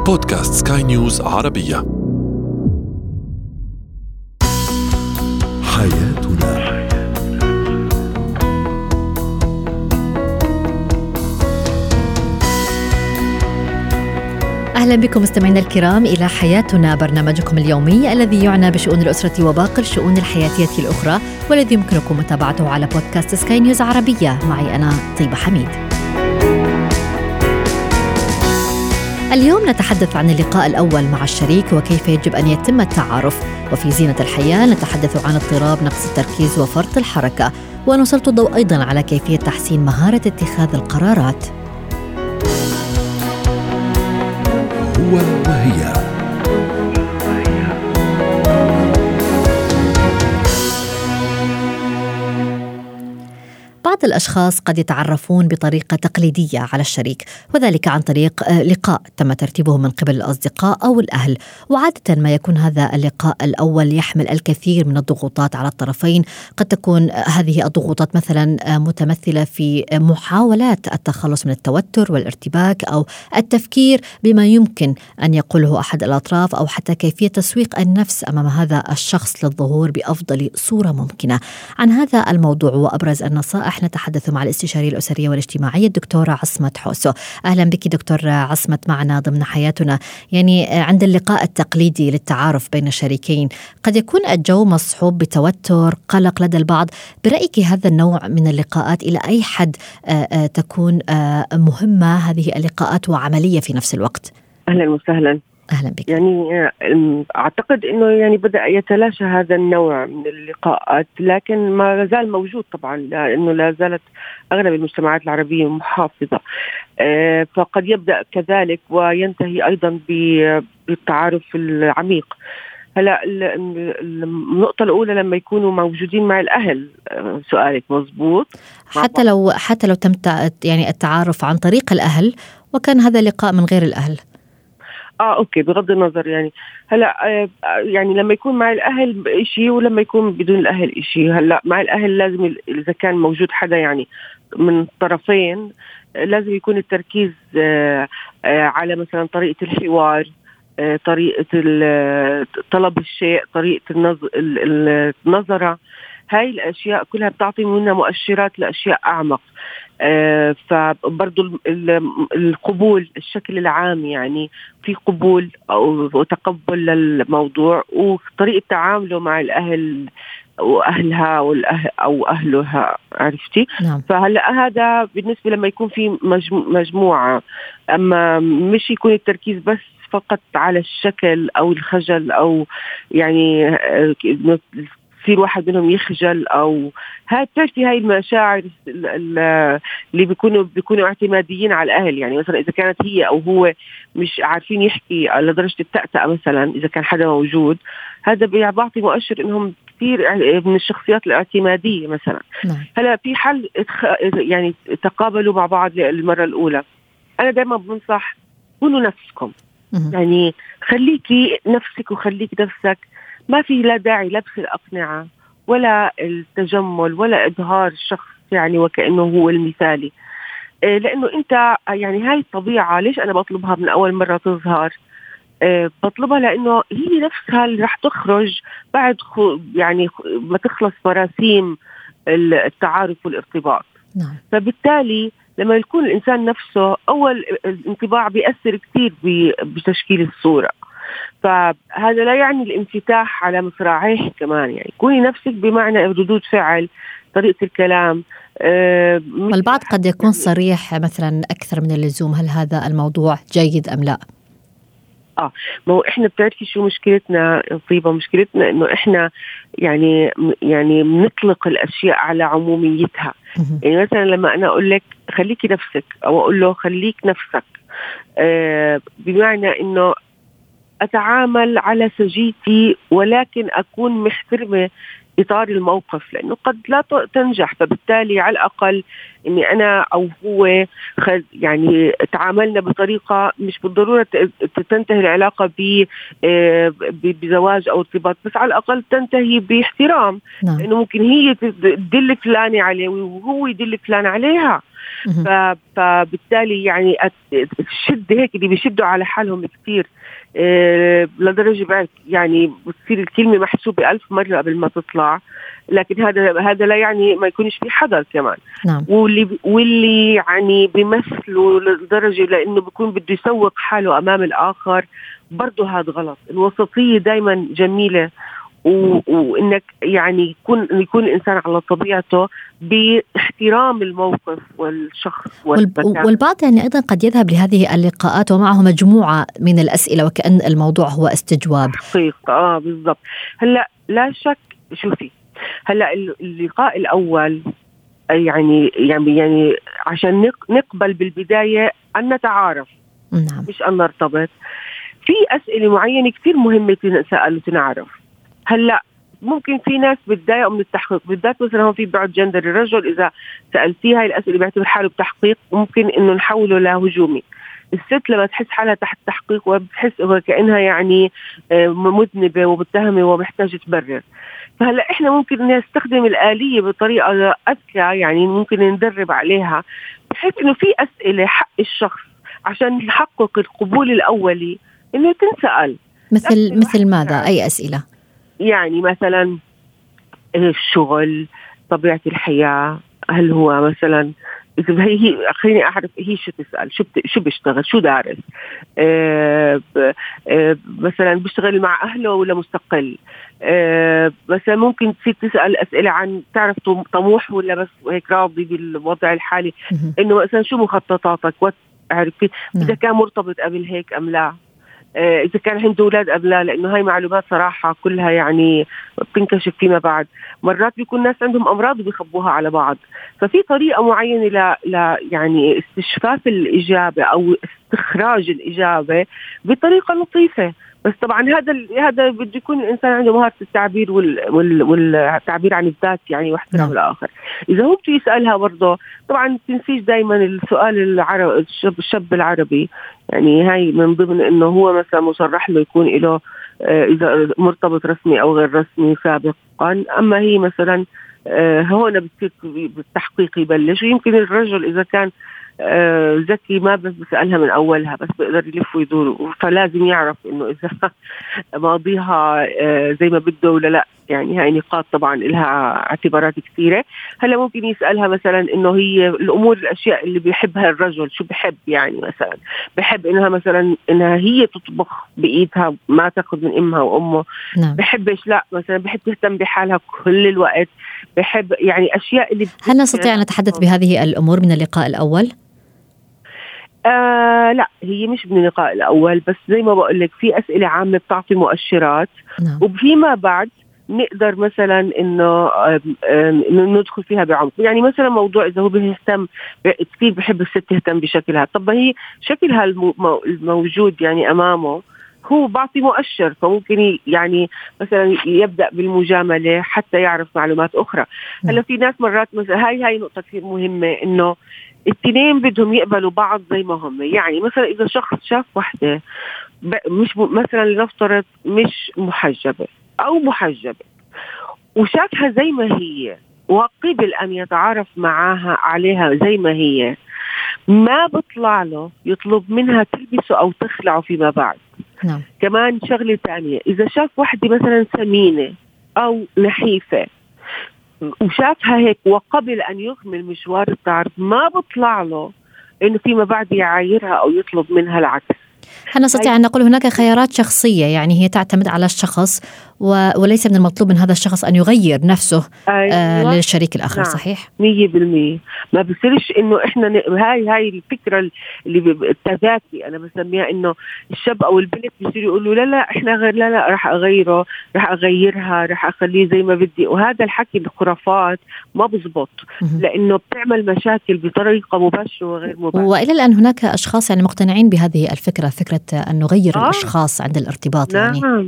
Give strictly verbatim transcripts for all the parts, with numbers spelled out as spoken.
بودكاست سكاي نيوز عربية. حياتنا. أهلا بكم مستمعينا الكرام إلى حياتنا، برنامجكم اليومي الذي يعنى بشؤون الأسرة وباقي الشؤون الحياتية الأخرى، والذي يمكنكم متابعته على بودكاست سكاي نيوز عربية. معي أنا طيبة حميد. اليوم نتحدث عن اللقاء الأول مع الشريك وكيف يجب أن يتم التعارف، وفي زينة الحياة نتحدث عن اضطراب نقص التركيز وفرط الحركة، ونسلط الضوء أيضا على كيفية تحسين مهارة اتخاذ القرارات. هو وهي. بعض الأشخاص قد يتعرفون بطريقة تقليدية على الشريك، وذلك عن طريق لقاء تم ترتيبه من قبل الأصدقاء أو الأهل، وعادة ما يكون هذا اللقاء الأول يحمل الكثير من الضغوطات على الطرفين. قد تكون هذه الضغوطات مثلا متمثلة في محاولات التخلص من التوتر والارتباك، أو التفكير بما يمكن أن يقوله أحد الأطراف، أو حتى كيفية تسويق النفس أمام هذا الشخص للظهور بأفضل صورة ممكنة. عن هذا الموضوع وأبرز النصائح نتحدث مع الاستشارية الأسرية والاجتماعية الدكتورة عصمة حوسو. أهلا بك دكتور عصمة معنا ضمن حياتنا. يعني عند اللقاء التقليدي للتعارف بين الشريكين قد يكون الجو مصحوب بتوتر، قلق لدى البعض. برأيك هذا النوع من اللقاءات إلى أي حد تكون مهمة هذه اللقاءات وعملية في نفس الوقت؟ أهلا وسهلا. أهلا بك. يعني أعتقد أنه يعني بدأ يتلاشى هذا النوع من اللقاءات، لكن ما زال موجود طبعا، لأنه لا زالت أغلب المجتمعات العربية محافظة، فقد يبدأ كذلك وينتهي أيضا بالتعارف العميق. هلا النقطة الأولى لما يكونوا موجودين مع الأهل، سؤالك مظبوط. حتى لو حتى لو تم يعني التعارف عن طريق الأهل وكان هذا لقاء من غير الأهل. اه اوكي، بغض النظر يعني هلا آه يعني لما يكون مع الاهل شيء ولما يكون بدون الاهل شيء. هلا مع الاهل لازم اذا كان موجود حدا يعني من الطرفين لازم يكون التركيز آه آه على مثلا طريقة الحوار، آه طريقة طلب الشيء، طريقة النظر النظرة. هاي الاشياء كلها بتعطي منها مؤشرات لاشياء اعمق. آه فبرضو القبول، الشكل العام، يعني في قبول أو تقبل للموضوع، وطريقة تعامله مع الأهل وأهلها والأهل أو أهلها، عرفتي؟ نعم. فهلأ هذا بالنسبة لما يكون في مجموعة، أما مش يكون التركيز بس فقط على الشكل أو الخجل، أو يعني يصير واحد منهم يخجل، أو هاي بتعرفي هاي المشاعر اللي بيكونوا بيكونوا اعتماديين على الأهل. يعني مثلا إذا كانت هي أو هو مش عارفين يحكي لدرجة التأتأة مثلا، إذا كان حدا موجود، هذا بيعطي مؤشر إنهم كثير من الشخصيات الاعتمادية مثلا. نعم. هلا في حل يعني تقابلوا مع بعض للمرة الأولى. أنا دائما بنصح كونوا نفسكم، يعني خليكي نفسك وخليك نفسك. ما في لا داعي لبس الأقنعة ولا التجمل ولا إظهار الشخص يعني وكأنه هو المثالي، إيه لأنه أنت يعني هاي الطبيعة. ليش أنا بطلبها من أول مرة تظهر؟ إيه بطلبها لأنه هي نفسها اللي رح تخرج بعد يعني ما تخلص مراسيم التعارف والارتباط. نعم. فبالتالي لما يكون الإنسان نفسه، أول الانطباع بيأثر كتير بتشكيل الصورة. فهذا لا يعني الانفتاح على مصراعيه كمان، يعني كوني نفسك بمعنى ردود فعل، طريقة الكلام. آه والبعض قد يكون صريح مثلا أكثر من اللزوم. هل هذا الموضوع جيد أم لا؟ آه ما هو إحنا بتعرفي شو مشكلتنا طيبة؟ مشكلتنا إنه إحنا يعني يعني بنطلق الأشياء على عموميتها. يعني مثلا لما أنا أقول لك خليكي نفسك، أو أقول له خليك نفسك، آه بمعنى إنه أتعامل على سجيتي، ولكن أكون محترمة إطار الموقف، لأنه قد لا تنجح. فبالتالي على الأقل إني أنا أو هو يعني تعاملنا بطريقة مش بالضرورة تنتهي العلاقة بزواج أو ارتباط، بس على الأقل تنتهي باحترام. نعم. لأنه ممكن هي تدل فلانة عليه وهو يدل فلان عليها، فبالتالي يعني الشد هيك اللي بيشدوا على حالهم كتير أه لدرجة بعد يعني بتصير الكلمة محسوبة ألف مرة قبل ما تطلع. لكن هذا هذا لا يعني ما يكونش في حذر كمان. نعم. واللي واللي يعني بيمثلوا لدرجة لأنه بيكون بده يسوق حاله أمام الآخر، برضه هذا غلط. الوسطية دايما جميلة، وإنك يعني يكون يكون الإنسان على طبيعته باحترام الموقف والشخص والمكان. والبعض يعني أيضا قد يذهب لهذه اللقاءات ومعه مجموعة من الأسئلة وكأن الموضوع هو استجواب. حقيقة آه بالضبط. هلأ لا شك، شوفي هلأ اللقاء الأول يعني يعني يعني عشان نقبل بالبداية أن نتعارف، نعم. مش أن نرتبط. في أسئلة معينة كتير مهمة تنسأل وتنعرف. هلأ ممكن في ناس بتضايقوا من التحقيق، بالذات مثلا هون في بعض جندر الرجل إذا سألتيه هاي الأسئلة بيعتبر حاله بتحقيق، ممكن إنه نحوله لهجومي. الست لما تحس حالها تحت تحقيق وبتحس كأنها يعني مذنبة ومتهمة ومحتاجة تبرر. فهلا احنا ممكن نستخدم الآلية بطريقة أذكى، يعني ممكن ندرب عليها بحيث إنه في أسئلة حق الشخص عشان يحقق القبول الأولي إنه تنسأل. مثل مثل ماذا؟ أي أسئلة؟ يعني مثلا الشغل، طبيعة الحياة، هل هو مثلا إذا هي خليني أعرف هي شو تسأل، شو بت... شو بيشتغل، شو دارس، أه ب... أه مثلا بيشتغل مع أهله ولا مستقل. أه مثلا ممكن تصير تسأل أسئلة عن تعرف طموح ولا بس هيك راضي بالوضع الحالي، إنه مثلا شو مخططاتك، وتعرفي إذا كان مرتبط قبل هيك أم لا، إذا كان عنده أولاد أم لا، لأنه هاي معلومات صراحة كلها يعني بتنكشف فيما بعد. مرات بيكون ناس عندهم أمراض وبيخبوها على بعض. ففي طريقة معينة ل... ل يعني استشفاف الإجابة أو استخراج الإجابة بطريقة لطيفة. بس طبعا هذا ال... هذا بده يكون الإنسان عنده مهارة التعبير وال... وال... والتعبير عن الذات يعني واحترام الآخر. إذا هو بده يسألها برضه طبعا تنسيش دايما السؤال العربي، الشاب, الشاب العربي يعني هاي من ضمن إنه هو مثلا مصرح له يكون له إذا مرتبط رسمي أو غير رسمي سابقا. أما هي مثلا هون بتصير بالتحقيق يبلش، ويمكن الرجل إذا كان ذكي ما بس بسألها من أولها، بس بيقدر يلف ويدور، فلازم يعرف إنه إذا ماضيها زي ما بده ولا لا. يعني هاي نقاط طبعا لها اعتبارات كثيرة. هلا ممكن يسألها مثلا إنه هي الأمور الأشياء اللي بيحبها الرجل، شو بحب، يعني مثلا بحب إنها مثلا إنها هي تطبخ بإيدها ما تأخذ من أمها وأمه. نعم. بحبش لا مثلا بحب تهتم بحالها كل الوقت، بحب يعني أشياء اللي. هل نستطيع أن نتحدث بهذه الأمور من اللقاء الأول؟ آه لا، هي مش من اللقاء الأول، بس زي ما بقول لك في أسئلة عامة بتعطي مؤشرات. نعم. وفيما بعد نقدر مثلا إنه ندخل فيها بعمق. يعني مثلا موضوع إذا هو بيهتم كثير، بحب الست تهتم بشكلها، طب هي شكلها الموجود يعني أمامه هو بعطي مؤشر، فممكن يعني مثلا يبدأ بالمجاملة حتى يعرف معلومات أخرى. هلا في ناس مرات مثلا هاي هاي نقطة كثير مهمة، إنه الاثنين بدهم يقبلوا بعض زي ما هم. يعني مثلا إذا شخص شاف واحدة مش مثلا لنفترض مش محجبة أو محجبة وشافها زي ما هي وقبل أن يتعرف معها عليها زي ما هي، ما بطلع له يطلب منها تلبسه أو تخلعه فيما بعد. نعم. كمان شغلة تانية، إذا شاف واحدة مثلا سمينة أو نحيفة وشافها هيك وقبل أن يكمل مشوار التعرف، ما بطلع له إنه فيما بعد يعايرها أو يطلب منها العكس. هل نستطيع أن نقول هناك خيارات شخصية، يعني هي تعتمد على الشخص وليس من المطلوب من هذا الشخص أن يغير نفسه أيوة. آه للشريك الآخر. نعم. صحيح مية بالمية. ما بصيرش إنه إحنا ن... هاي هاي الفكرة اللي التذاكي أنا بسميها، إنه الشاب أو البنت بيصير يقولوا لا لا إحنا غير، لا لا راح أغيره، راح أغيرها، راح أخليه زي ما بدي. وهذا الحكي الخرافات ما بزبط، لأنه بتعمل مشاكل بطريقة مباشرة وغير مباشرة. وإلى الآن هناك أشخاص يعني مقتنعين بهذه الفكرة، فكرة أن نغير آه. الأشخاص عند الارتباط. نعم. يعني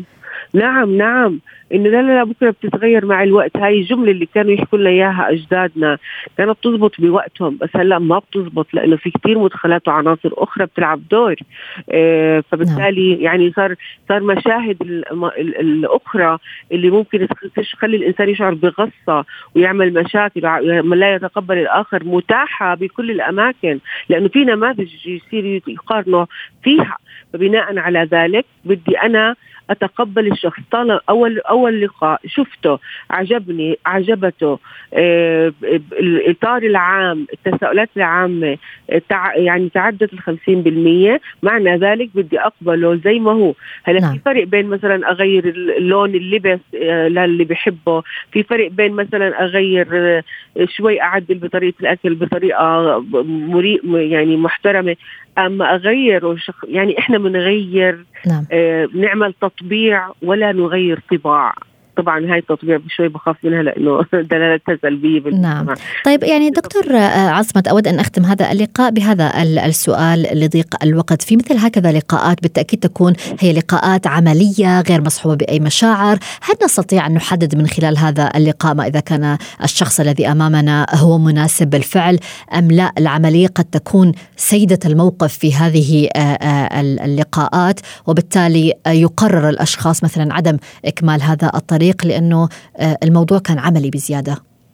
نعم نعم إنه لا لا لا بكرة بتتغير مع الوقت. هاي الجملة اللي كانوا يحكوا لنا إياها أجدادنا كانت تزبط بوقتهم، بس هلأ ما بتزبط لأنه في كتير مدخلات وعناصر أخرى بتلعب دور. آه فبالتالي نعم. يعني صار صار مشاهد الأخرى اللي ممكن تخلي الإنسان يشعر بغصة ويعمل مشاكل لا يتقبل الآخر متاحة بكل الأماكن، لأنه في نماذج يصير يقارنوا فيها. فبناء على ذلك بدي أنا أتقبل الشخص. طالما أول أول لقاء شفته عجبني عجبته، آه الإطار العام التساؤلات العامة تع يعني تعدت الخمسين بالمية، معنى ذلك بدي أقبله زي ما هو. هلا نعم. في فرق بين مثلا أغير اللون اللبس آه للي بحبه، في فرق بين مثلا أغير آه شوي أعدل بطريقة الأكل بطريقة مريء يعني محترمة، أما أغير وشخ... يعني إحنا بنغير نعم. آه نعمل تطبيع ولا نغير طباع. طبعا هاي التطبيع بشوي بخاف منها لأنه دلالتها سلبية بالمجتمع. نعم. طيب يعني دكتور عصمت، أود أن أختم هذا اللقاء بهذا السؤال لضيق الوقت. في مثل هكذا لقاءات بالتأكيد تكون هي لقاءات عملية غير مصحوبة بأي مشاعر، هل نستطيع أن نحدد من خلال هذا اللقاء ما إذا كان الشخص الذي أمامنا هو مناسب بالفعل أم لا؟ العملية قد تكون سيدة الموقف في هذه اللقاءات، وبالتالي يقرر الأشخاص مثلا عدم إكمال هذا الطريق لأنه الموضوع كان عملي بزيادة.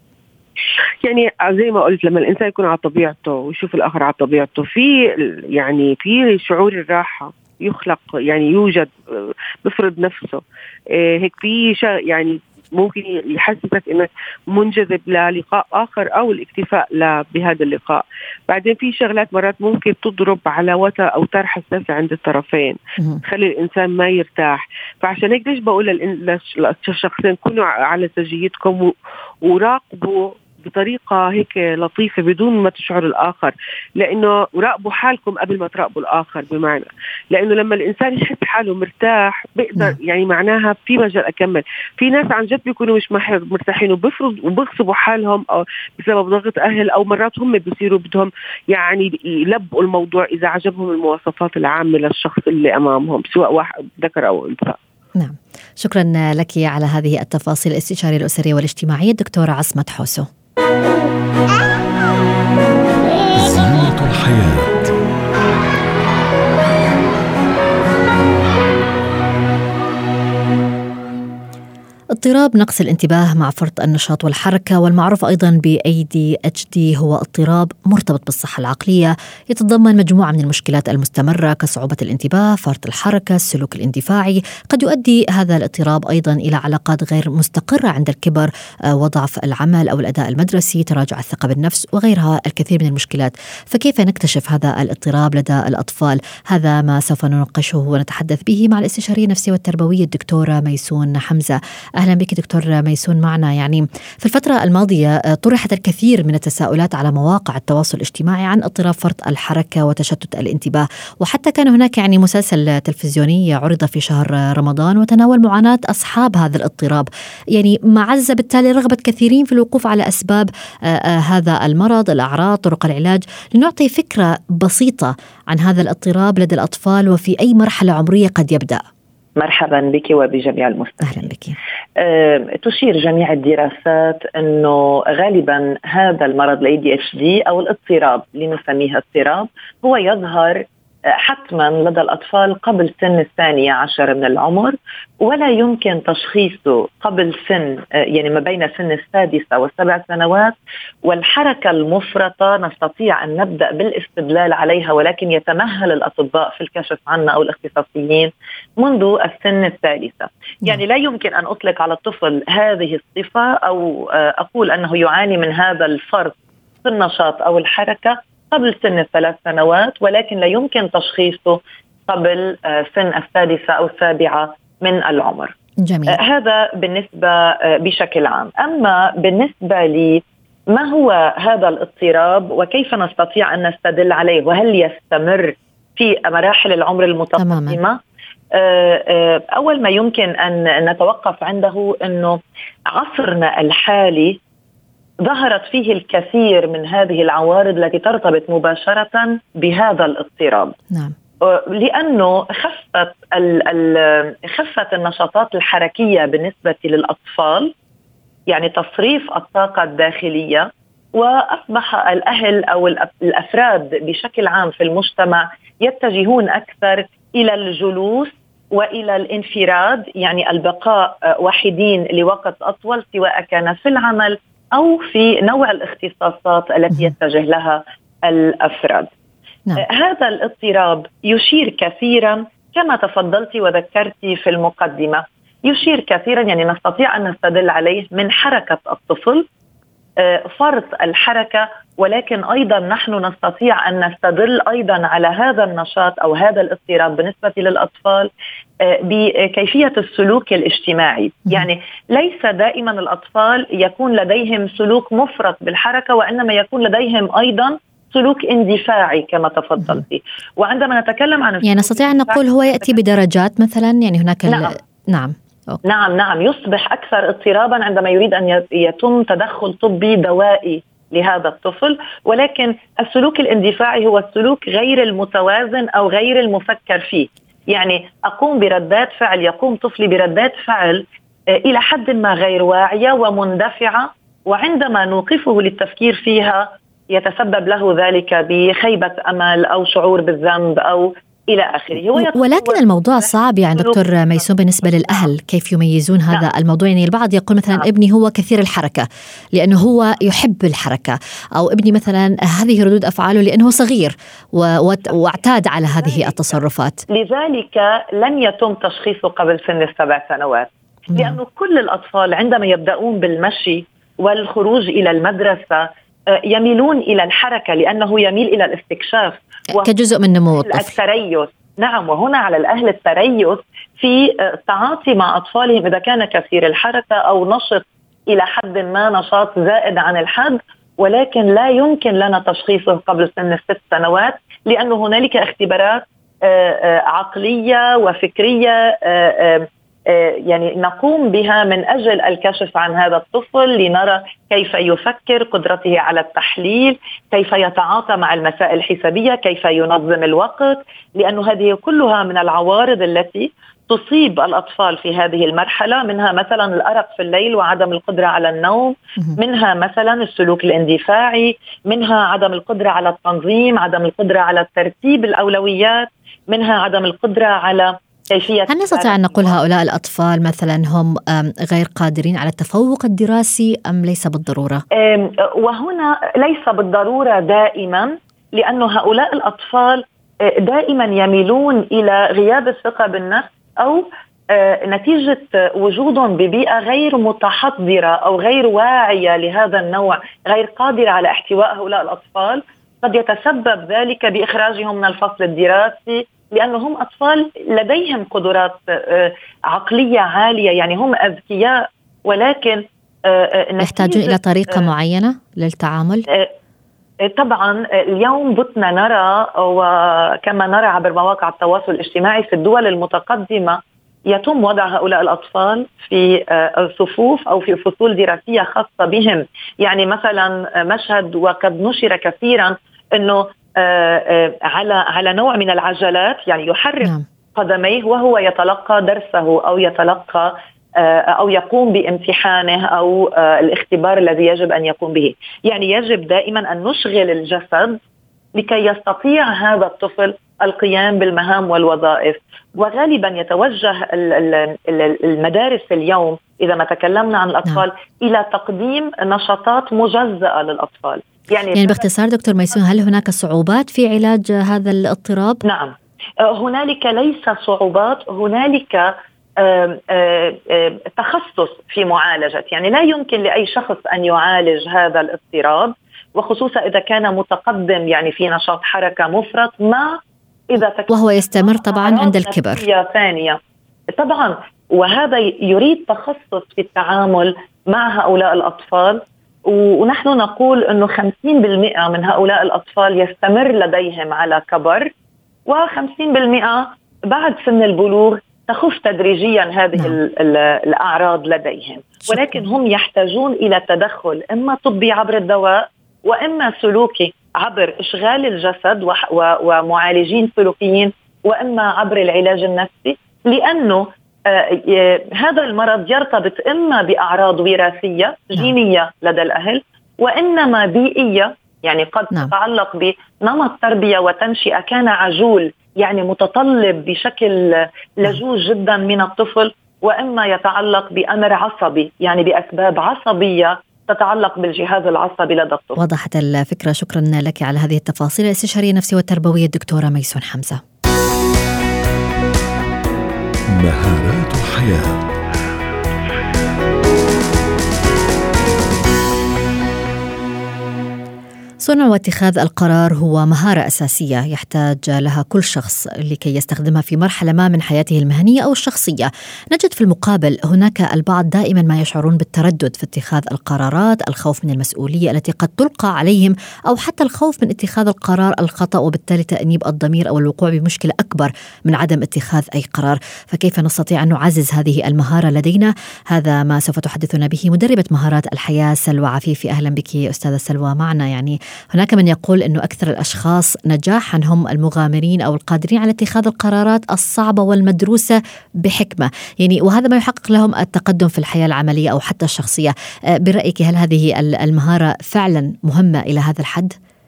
يعني زي ما قلت لما الإنسان يكون على طبيعته ويشوف الآخر على طبيعته، في يعني في شعور الراحة يخلق، يعني يوجد بفرض نفسه هيك في يعني ممكن يحسسك انك منجذب للقاء اخر او الاكتفاء بهذا اللقاء. بعدين في شغلات مرات ممكن تضرب على وتر او اوتار حساسه عند الطرفين تخلي الانسان ما يرتاح. فعشان هيك ليش بقول للشخصين كونوا على سجيتكم وراقبوا بطريقة هيك لطيفة بدون ما تشعر الآخر، لأنه راقبوا حالكم قبل ما تراقبوا الآخر. بمعنى لأنه لما الإنسان يحس حاله مرتاح بيقدر يعني معناها في مجال أكمل. في ناس عن جد بيكونوا مش مرتاحين وبفرض وبغصبوا حالهم أو بسبب ضغط أهل، أو مرات هم بيصيروا بدهم يعني يلبقوا الموضوع إذا عجبهم المواصفات العامة للشخص اللي أمامهم سواء واحد ذكر أو أنثى. نعم، شكرا لك على هذه التفاصيل. الاستشارية الأسرية والاجتماعية الدكتورة عصمت حوسو. زينة الحياة. اضطراب نقص الانتباه مع فرط النشاط والحركة، والمعروف أيضا ب إيه دي إتش دي، هو اضطراب مرتبط بالصحة العقلية، يتضمن مجموعة من المشكلات المستمرة كصعوبة الانتباه، فرط الحركة، السلوك الاندفاعي. قد يؤدي هذا الاضطراب أيضا إلى علاقات غير مستقرة عند الكبر وضعف العمل أو الأداء المدرسي، تراجع الثقة بالنفس وغيرها الكثير من المشكلات. فكيف نكتشف هذا الاضطراب لدى الأطفال؟ هذا ما سوف نناقشه ونتحدث به مع الاستشارية النفسية والتربوية الدكتورة ميسون حمزة. أهلا بك دكتور ميسون معنا. يعني في الفترة الماضية طرحت الكثير من التساؤلات على مواقع التواصل الاجتماعي عن اضطراب فرط الحركة وتشتت الانتباه، وحتى كان هناك يعني مسلسل تلفزيوني عرض في شهر رمضان وتناول معاناة أصحاب هذا الاضطراب، يعني ما عزز بالتالي رغبة كثيرين في الوقوف على أسباب هذا المرض، الأعراض، طرق العلاج، لنعطي فكرة بسيطة عن هذا الاضطراب لدى الأطفال وفي أي مرحلة عمرية قد يبدأ. مرحبا بك وبجميع المستمعين. أهلا بك. أه تشير جميع الدراسات أنه غالبا هذا المرض ال إيه دي إتش دي أو الاضطراب لنسميه اضطراب هو يظهر حتما لدى الأطفال قبل سن الثانية عشر من العمر، ولا يمكن تشخيصه قبل سن يعني ما بين سن السادسة والسبع سنوات. والحركة المفرطة نستطيع أن نبدأ بالاستدلال عليها، ولكن يتمهل الأطباء في الكشف عنها أو الاختصاصيين منذ السن الثالثة. يعني لا يمكن أن أطلق على الطفل هذه الصفة أو أقول أنه يعاني من هذا الفرط في النشاط أو الحركة قبل سن الثلاث سنوات، ولكن لا يمكن تشخيصه قبل سن السادسة أو السابعة من العمر. جميل. هذا بالنسبة بشكل عام. أما بالنسبة لي ما هو هذا الاضطراب وكيف نستطيع أن نستدل عليه وهل يستمر في مراحل العمر المتقدمة؟ أول ما يمكن أن نتوقف عنده أنه عصرنا الحالي ظهرت فيه الكثير من هذه العوارض التي ترتبط مباشرة بهذا الاضطراب. نعم. لأنه خفت خفت النشاطات الحركية بالنسبة للأطفال، يعني تصريف الطاقة الداخلية، وأصبح الأهل أو الأفراد بشكل عام في المجتمع يتجهون أكثر إلى الجلوس وإلى الانفراد، يعني البقاء وحيدين لوقت أطول، سواء كان في العمل أو في نوع الاختصاصات التي يتجه لها الأفراد. نعم. هذا الاضطراب يشير كثيرا كما تفضلتي وذكرتي في المقدمة، يشير كثيرا يعني نستطيع أن نستدل عليه من حركة الطفل، فرط الحركة، ولكن أيضا نحن نستطيع أن نستدل أيضا على هذا النشاط أو هذا الاضطراب بالنسبة للأطفال بكيفية السلوك الاجتماعي. يعني ليس دائما الأطفال يكون لديهم سلوك مفرط بالحركة، وإنما يكون لديهم أيضا سلوك اندفاعي كما تفضلتي. وعندما نتكلم عن يعني نستطيع أن نقول هو يأتي بدرجات مثلا، يعني هناك نعم. ال... نعم أوكي. نعم نعم يصبح أكثر اضطرابا عندما يريد أن يتم تدخل طبي دوائي لهذا الطفل، ولكن السلوك الاندفاعي هو السلوك غير المتوازن أو غير المفكر فيه. يعني أقوم بردات فعل، يقوم طفلي بردات فعل إلى حد ما غير واعية ومندفعة، وعندما نوقفه للتفكير فيها يتسبب له ذلك بخيبة أمل أو شعور بالذنب أو إلى آخره. ولكن الموضوع صعب يعني دكتور ميسون بالنسبة للأهل، كيف يميزون هذا نعم. الموضوع؟ يعني البعض يقول مثلا نعم. ابني هو كثير الحركة لأنه هو يحب الحركة، أو ابني مثلا هذه ردود أفعاله لأنه صغير واعتاد على هذه التصرفات. لذلك لن يتم تشخيصه قبل سن السبع سنوات، نعم. لأنه كل الأطفال عندما يبدأون بالمشي والخروج إلى المدرسة يميلون إلى الحركة، لأنه يميل إلى الاستكشاف كجزء من نمو الطفل. التريث نعم، وهنا على الأهل التريث في التعاطي مع أطفالهم إذا كان كثير الحركة أو نشط إلى حد ما، نشاط زائد عن الحد، ولكن لا يمكن لنا تشخيصه قبل سن الست سنوات، لأنه هنالك اختبارات عقلية وفكرية يعني نقوم بها من أجل الكشف عن هذا الطفل، لنرى كيف يفكر، قدرته على التحليل، كيف يتعاطى مع المسائل الحسابية، كيف ينظم الوقت، لأنه هذه كلها من العوارض التي تصيب الأطفال في هذه المرحلة. منها مثلا الأرق في الليل وعدم القدرة على النوم، منها مثلا السلوك الاندفاعي، منها عدم القدرة على التنظيم، عدم القدرة على ترتيب الأولويات، منها عدم القدرة على كيفية. هل نستطيع أن نقول هؤلاء الأطفال مثلا هم غير قادرين على التفوق الدراسي أم ليس بالضرورة؟ وهنا ليس بالضرورة دائما، لأن هؤلاء الأطفال دائما يميلون إلى غياب الثقة بالنفس، أو نتيجة وجودهم ببيئة غير متحضرة أو غير واعية لهذا النوع، غير قادرة على احتواء هؤلاء الأطفال، قد يتسبب ذلك بإخراجهم من الفصل الدراسي، لأنهم أطفال لديهم قدرات عقلية عالية، يعني هم أذكياء، ولكن يحتاجون إلى طريقة معينة للتعامل. طبعا اليوم بتنا نرى، وكما نرى عبر مواقع التواصل الاجتماعي في الدول المتقدمة، يتم وضع هؤلاء الأطفال في صفوف أو في فصول دراسية خاصة بهم. يعني مثلا مشهد وقد نشر كثيرا أنه على على نوع من العجلات، يعني يحرك نعم. قدميه وهو يتلقى درسه أو يتلقى أو يقوم بامتحانه أو الاختبار الذي يجب أن يقوم به. يعني يجب دائما أن نشغل الجسد لكي يستطيع هذا الطفل القيام بالمهام والوظائف. وغالبا يتوجه المدارس اليوم إذا ما تكلمنا عن الأطفال نعم. إلى تقديم نشاطات مجزأة للأطفال. يعني, يعني باختصار دكتور ميسون، هل هناك صعوبات في علاج هذا الاضطراب؟ نعم، هنالك ليس صعوبات، هنالك آآ آآ تخصص في معالجة. يعني لا يمكن لأي شخص أن يعالج هذا الاضطراب، وخصوصا إذا كان متقدم يعني في نشاط حركة مفرط، ما إذا وهو يستمر طبعا عند الكبر ثانية طبعا. وهذا يريد تخصص في التعامل مع هؤلاء الأطفال، ونحن نقول أنه خمسين بالمئة من هؤلاء الأطفال يستمر لديهم على كبر، وخمسين بالمئة بعد سن البلوغ تخف تدريجيا هذه نعم. الأعراض لديهم. ولكن هم يحتاجون إلى تدخل إما طبي عبر الدواء، وإما سلوكي عبر إشغال الجسد ومعالجين سلوكيين وإما عبر العلاج النفسي، لأنه هذا المرض يرتبط إما بأعراض وراثية جينية لدى الأهل، وإنما بيئية، يعني قد نعم. تتعلق بنمط تربية وتنشئة كان عجول، يعني متطلب بشكل لجوج جدا من الطفل، وإما يتعلق بأمر عصبي، يعني بأسباب عصبية تتعلق بالجهاز العصبي لدى الطفل. وضحت الفكرة، شكرا لك على هذه التفاصيل. الاستشارية النفسية والتربوية الدكتورة ميسون حمزة. مهارات الحياة. صنع واتخاذ القرار هو مهارة أساسية يحتاج لها كل شخص لكي يستخدمها في مرحلة ما من حياته المهنية أو الشخصية. نجد في المقابل هناك البعض دائما ما يشعرون بالتردد في اتخاذ القرارات، الخوف من المسؤولية التي قد تلقى عليهم، أو حتى الخوف من اتخاذ القرار الخطأ وبالتالي تأنيب الضمير أو الوقوع بمشكلة أكبر من عدم اتخاذ أي قرار. فكيف نستطيع أن نعزز هذه المهارة لدينا؟ هذا ما سوف تحدثنا به مدربة مهارات الحياة سلوى عفيفي. أهلا بك أستاذة سلوى معنا. يعني هناك من يقول أنه أكثر الأشخاص نجاحا هم المغامرين أو القادرين على اتخاذ القرارات الصعبة والمدروسة بحكمة، يعني وهذا ما يحقق لهم التقدم في الحياة العملية أو حتى الشخصية. برأيك هل هذه المهارة فعلا مهمة إلى هذا الحد؟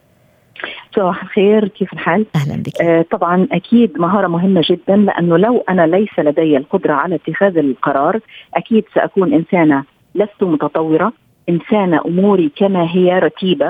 صباح الخير، كيف الحال؟ أهلا بك. آه طبعا أكيد مهارة مهمة جدا، لأنه لو أنا ليس لدي القدرة على اتخاذ القرار أكيد سأكون إنسانة لست متطورة، إنسانة أموري كما هي رتيبة،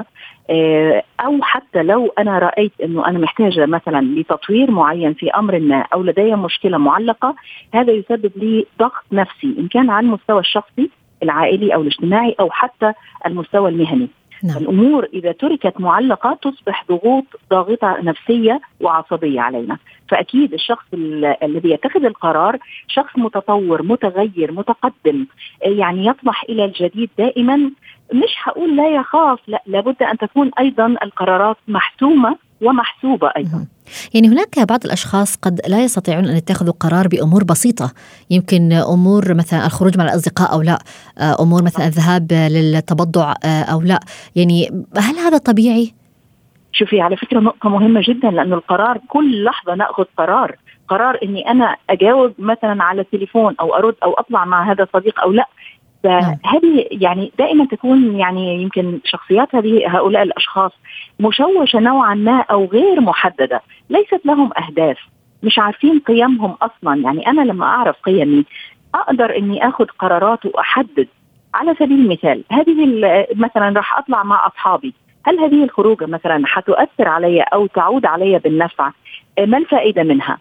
أو حتى لو أنا رأيت أنه أنا محتاجة مثلا لتطوير معين في أمر ما أو لدي مشكلة معلقة، هذا يسبب لي ضغط نفسي إن كان على المستوى الشخصي العائلي أو الاجتماعي أو حتى المستوى المهني. نعم. الأمور إذا تركت معلقة تصبح ضغوط ضاغطة نفسية وعصبية علينا. فأكيد الشخص الذي يتخذ القرار شخص متطور متغير متقدم، يعني يطمح إلى الجديد دائما، مش هقول لا يخاف، لا، لابد أن تكون أيضا القرارات محسومة ومحسوبة أيضا. يعني هناك بعض الأشخاص قد لا يستطيعون أن يتخذوا قرار بأمور بسيطة، يمكن أمور مثلا الخروج مع الأصدقاء أو لا، أمور مثلا الذهاب للتبضع أو لا، يعني هل هذا طبيعي؟ شوفي، على فكرة نقطة مهمة جدا، لأن القرار كل لحظة نأخذ قرار قرار إني أنا أجاوب مثلا على التليفون أو أرد أو أطلع مع هذا الصديق أو لا. فهذه يعني دائما تكون يعني يمكن شخصيات هذه هؤلاء الأشخاص مشوشة نوعا ما أو غير محددة، ليست لهم أهداف، مش عارفين قيمهم أصلا. يعني أنا لما أعرف قيمي أقدر أني أخذ قرارات وأحدد. على سبيل المثال، هذه مثلا راح أطلع مع أصحابي، هل هذه الخروجة مثلا حتؤثر علي أو تعود علي بالنفع؟ ما الفائدة منها؟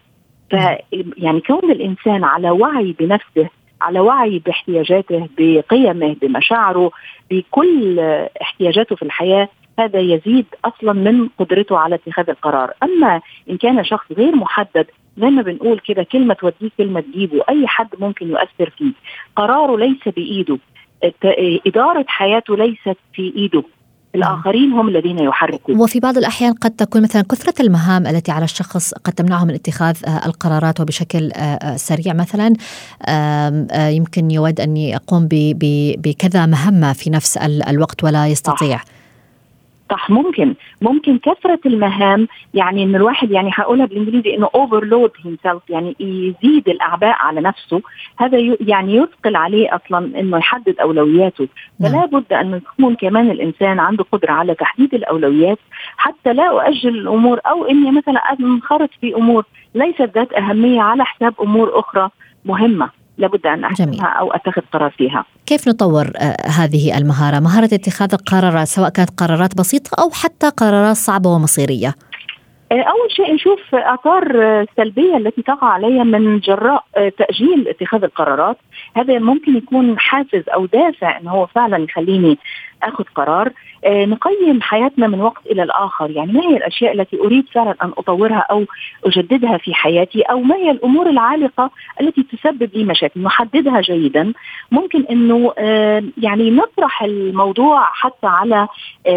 يعني كون الإنسان على وعي بنفسه، على وعي باحتياجاته، بقيمه، بمشاعره، بكل احتياجاته في الحياة، هذا يزيد أصلا من قدرته على اتخاذ القرار. أما إن كان شخص غير محدد، زي ما بنقول كده، كلمة توديه كلمة تجيبه، أي حد ممكن يؤثر فيه، قراره ليس بإيده، إدارة حياته ليست في إيده، الآخرين هم الذين يحركون. وفي بعض الأحيان قد تكون مثلا كثرة المهام التي على الشخص قد تمنعه من اتخاذ القرارات وبشكل سريع. مثلا يمكن يود أن يقوم بكذا مهمة في نفس الوقت ولا يستطيع. صح. صح، ممكن ممكن كثرة المهام، يعني إن الواحد، يعني هقولها بالإنجليزي، إنه overload himself، يعني يزيد الأعباء على نفسه، هذا يعني يثقل عليه أصلا إنه يحدد أولوياته. فلا بد أن يكون كمان الإنسان عنده قدرة على تحديد الأولويات، حتى لا أؤجل الأمور أو إني مثلا أنخرط في أمور ليست ذات أهمية على حساب أمور أخرى مهمة لابد أن أحسمها أو أتخذ قرار فيها. كيف نطور آه هذه المهارة، مهارة اتخاذ القرارات، سواء كانت قرارات بسيطة أو حتى قرارات صعبة ومصيرية؟ أول شيء نشوف آثار سلبية التي تقع عليها من جراء تأجيل اتخاذ القرارات. هذا ممكن يكون حافز أو دافع أنه هو فعلا يخليني أخذ قرار. نقيم حياتنا من وقت إلى الآخر، يعني ما هي الأشياء التي أريد فعلا أن أطورها أو أجددها في حياتي، أو ما هي الأمور العالقة التي تسبب لي مشاكل، نحددها جيدا. ممكن أنه يعني نطرح الموضوع حتى على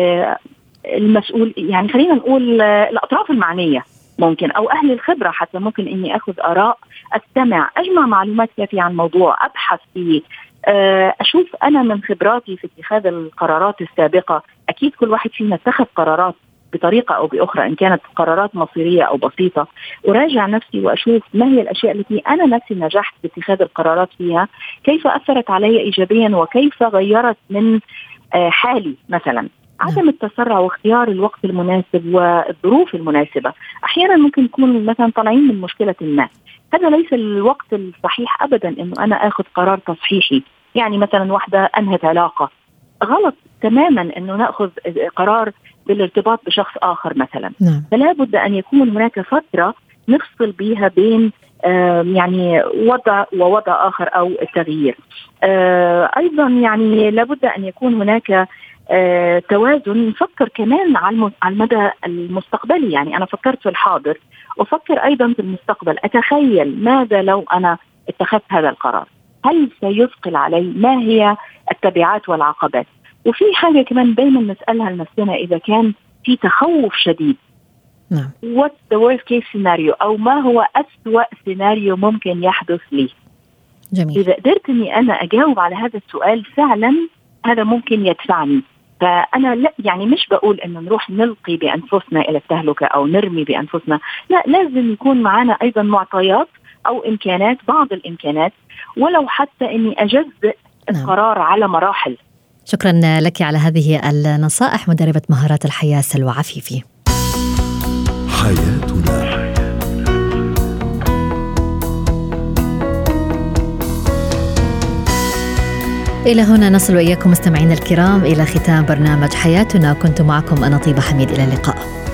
المسؤول، يعني خلينا نقول الأطراف المعنية ممكن، أو أهل الخبرة حتى، ممكن إني أخذ آراء، أستمع، أجمع معلومات كافية عن موضوع، أبحث فيه، أشوف أنا من خبراتي في اتخاذ القرارات السابقة. أكيد كل واحد فينا اتخذ قرارات بطريقة أو بأخرى، إن كانت قرارات مصيرية أو بسيطة، أراجع نفسي وأشوف ما هي الأشياء التي أنا نفسي نجحت باتخاذ القرارات فيها، كيف أثرت علي إيجابيا وكيف غيرت من حالي. مثلا عدم التسرع واختيار الوقت المناسب والظروف المناسبة. أحيانا ممكن نكون مثلا طالعين من مشكلة ما، هذا ليس الوقت الصحيح أبدا إنه أنا أخذ قرار تصحيحي. يعني مثلا واحدة أنهت علاقة، غلط تماما إنه نأخذ قرار بالارتباط بشخص آخر مثلا. نعم. فلا بد أن يكون هناك فترة نفصل بها بين يعني وضع ووضع آخر أو التغيير. أيضا يعني لابد أن يكون هناك توازن، نفكر كمان على المدى المستقبلي. يعني أنا فكرت في الحاضر وفكر أيضا في المستقبل، أتخيل ماذا لو أنا اتخذت هذا القرار، هل سيثقل علي، ما هي التبعات والعقبات. وفي حاجة كمان دايما نسألها لنفسنا، إذا كان في تخوف شديد، نعم. what's the worst case scenario، أو ما هو أسوأ سيناريو ممكن يحدث لي. جميل. إذا قدرت أني أنا أجاوب على هذا السؤال فعلا هذا ممكن يدفعني. فأنا لا يعني مش بقول أنه نروح نلقي بأنفسنا إلى التهلكة أو نرمي بأنفسنا، لا، لازم يكون معنا أيضا معطيات أو إمكانات، بعض الإمكانات، ولو حتى أني أجزء القرار على مراحل. شكرا لك على هذه النصائح مدربة مهارات الحياة سلوى عفيفي. حياتنا. إلى هنا نصل وإياكم مستمعين الكرام إلى ختام برنامج حياتنا. كنت معكم أنا طيبة حميد، إلى اللقاء.